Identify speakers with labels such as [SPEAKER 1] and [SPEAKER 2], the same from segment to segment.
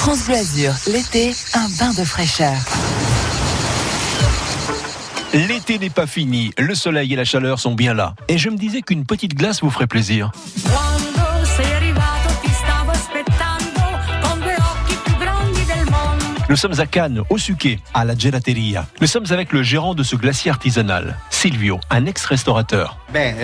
[SPEAKER 1] France Bleu Azur, l'été, un bain de fraîcheur.
[SPEAKER 2] L'été n'est pas fini, le soleil et la chaleur sont bien là. Et je me disais qu'une petite glace vous ferait plaisir. Nous sommes à Cannes, au Suquet, à la Gelateria. Nous sommes avec le gérant de ce glacier artisanal, Silvio, un ex-restaurateur.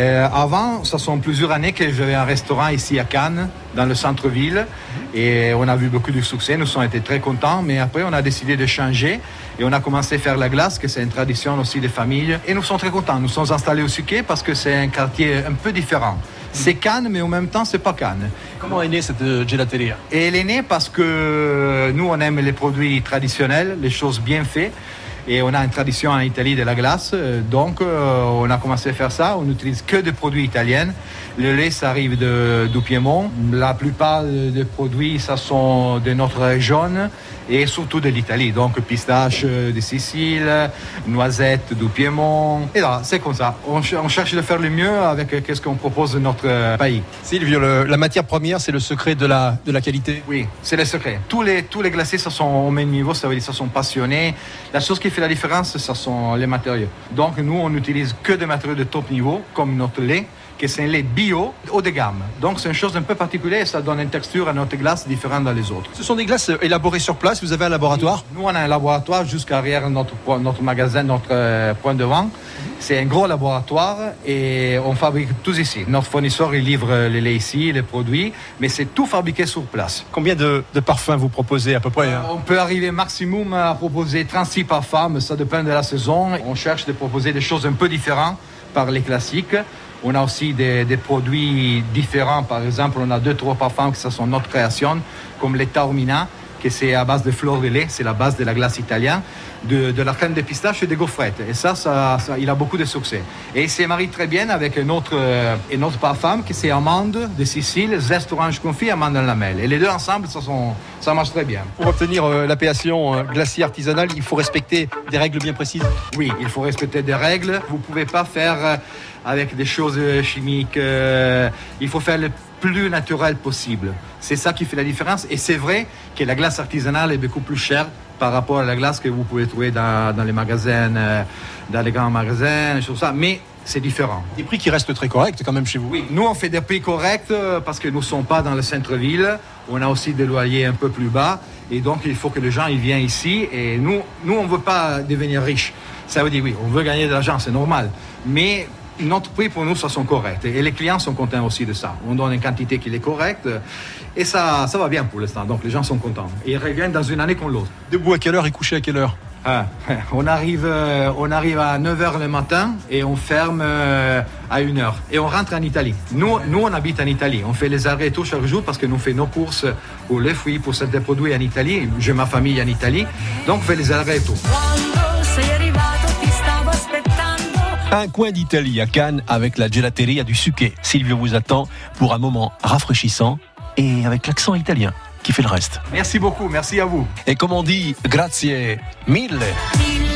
[SPEAKER 3] Avant, ça sont plusieurs années que j'avais un restaurant ici à Cannes, dans le centre-ville, et on a vu beaucoup de succès. Nous avons été très contents, mais après on a décidé de changer et on a commencé à faire la glace, que c'est une tradition aussi des familles. Et nous sommes très contents. Nous sommes installés au Suquet parce que c'est un quartier un peu différent. C'est Cannes, mais en même temps, c'est pas Cannes.
[SPEAKER 2] Comment est née cette gelateria ?
[SPEAKER 3] Et elle est née parce que nous, on aime les produits traditionnels, les choses bien faites. Et on a une tradition en Italie de la glace. Donc, on a commencé à faire ça. On n'utilise que des produits italiens. Le lait, ça arrive du Piémont. La plupart des produits, ça sont de notre région et surtout de l'Italie. Donc, pistache de Sicile, noisettes du Piémont. Et là, c'est comme ça. On cherche de faire le mieux avec ce qu'on propose de notre pays.
[SPEAKER 2] Silvio, la matière première, c'est le secret de la qualité ?
[SPEAKER 3] Oui, c'est le secret. Tous les glaciers, ça sont au même niveau. Ça veut dire ça sont passionnés. La chose qui fait la différence, ce sont les matériaux. Donc, nous, on n'utilise que des matériaux de top niveau, comme notre lait, que c'est un lait bio haut de gamme. Donc, c'est une chose un peu particulière et ça donne une texture à notre glace différente dans les autres.
[SPEAKER 2] Ce sont des glaces élaborées sur place. Vous avez un laboratoire ?
[SPEAKER 3] Nous, on a un laboratoire jusqu'arrière notre magasin, notre point de vente. C'est un gros laboratoire et on fabrique tout ici. Notre fournisseur, il livre les laits ici, les produits, mais c'est tout fabriqué sur place.
[SPEAKER 2] Combien de parfums vous proposez à peu près ?
[SPEAKER 3] On peut arriver maximum à proposer 36 parfums, mais ça dépend de la saison. On cherche de proposer des choses un peu différentes par les classiques. On a aussi des produits différents. Par exemple, on a 2-3 parfums qui sont notre création, comme les Taormina, que c'est à base de fleurs de lait, c'est la base de la glace italienne, de la crème de pistache et des gaufrettes. Et ça, il a beaucoup de succès. Et il se marie très bien avec un autre parfum qui c'est amande de Sicile, zeste orange confit, amande en lamelle. Et les deux ensemble, ça marche très bien.
[SPEAKER 2] Pour obtenir l'appellation glacier artisanal, il faut respecter des règles bien précises.
[SPEAKER 3] Oui, il faut respecter des règles. Vous ne pouvez pas faire avec des choses chimiques. Il faut faire le plus naturel possible. C'est ça qui fait la différence. Et c'est vrai que la glace artisanale est beaucoup plus chère par rapport à la glace que vous pouvez trouver dans les magasins, dans les grands magasins, tout ça. Mais c'est différent.
[SPEAKER 2] Des prix qui restent très corrects quand même chez vous.
[SPEAKER 3] Oui, nous on fait des prix corrects parce que nous ne sommes pas dans le centre-ville. On a aussi des loyers un peu plus bas. Et donc il faut que les gens ils viennent ici. Et nous on ne veut pas devenir riches. Ça veut dire oui, on veut gagner de l'argent, c'est normal. Mais notre prix pour nous, ça sont corrects. Et les clients sont contents aussi de ça. On donne une quantité qui est correcte. Et ça va bien pour l'instant. Donc les gens sont contents. Et ils reviennent dans une année comme l'autre.
[SPEAKER 2] Debout à quelle heure et couché à quelle heure ?
[SPEAKER 3] On arrive à 9h le matin et on ferme à 1h. Et on rentre en Italie. Nous, on habite en Italie. On fait les arrêts-retours chaque jour parce que nous faisons nos courses pour les fruits, pour certains produits en Italie. J'ai ma famille en Italie. Donc on fait les arrêts-retours.
[SPEAKER 2] Un coin d'Italie à Cannes avec la gelateria du Suquet. Silvio vous attend pour un moment rafraîchissant et avec l'accent italien qui fait le reste.
[SPEAKER 3] Merci beaucoup, merci à vous.
[SPEAKER 2] Et comme on dit, grazie mille.